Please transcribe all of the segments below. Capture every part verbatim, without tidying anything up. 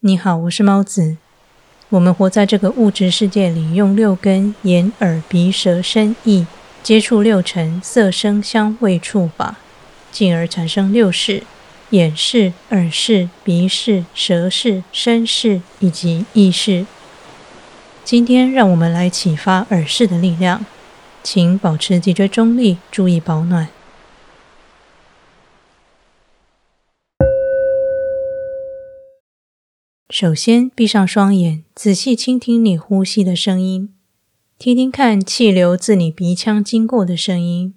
你好，我是猫子。我们活在这个物质世界里，用六根眼、耳、鼻、舌、身、意接触六尘色、声、香、味、触、法，进而产生六识：眼识、耳识、鼻识、舌识、身识以及意识。今天让我们来启发耳识的力量，请保持脊椎中立，注意保暖。首先，闭上双眼，仔细倾听你呼吸的声音，听听看气流自你鼻腔经过的声音。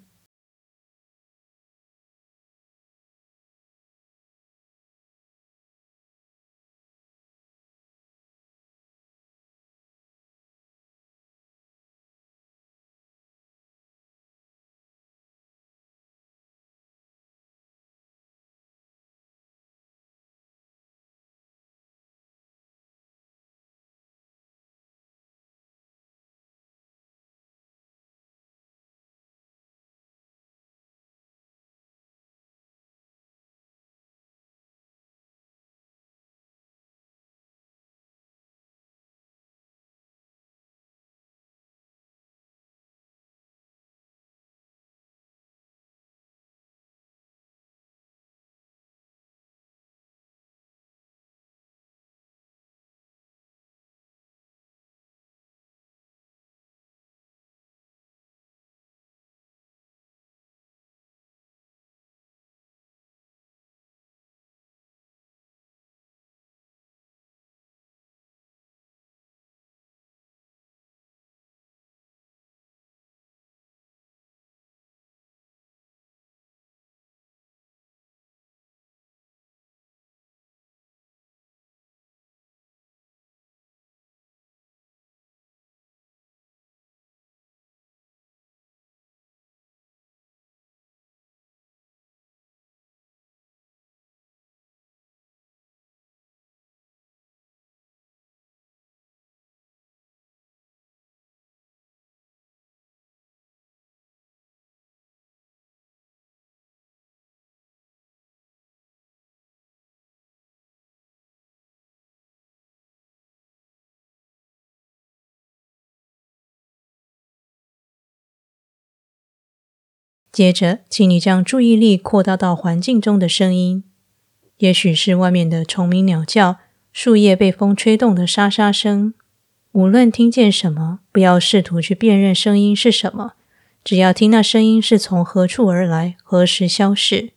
接着，请你将注意力扩大到环境中的声音，也许是外面的虫鸣鸟叫，树叶被风吹动的沙沙声。无论听见什么，不要试图去辨认声音是什么，只要听那声音是从何处而来，何时消逝。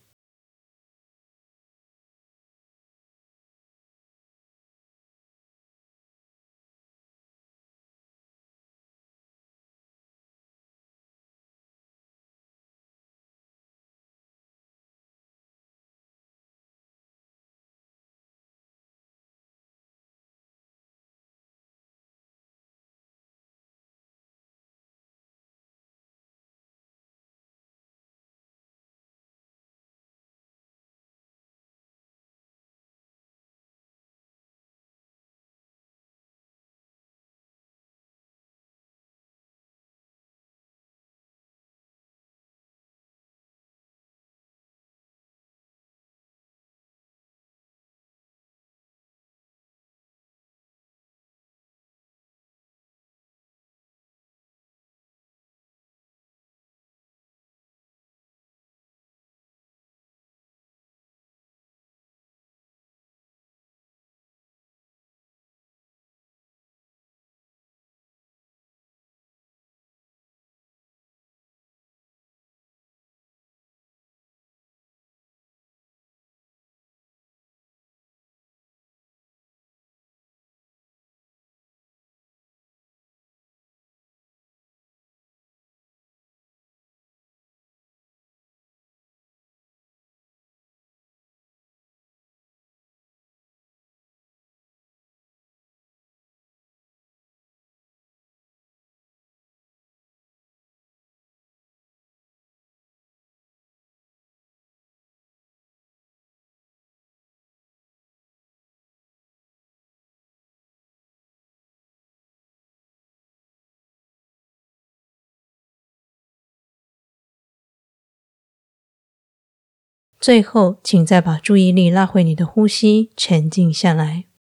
最后，请再把注意力拉回你的呼吸，沉静下来。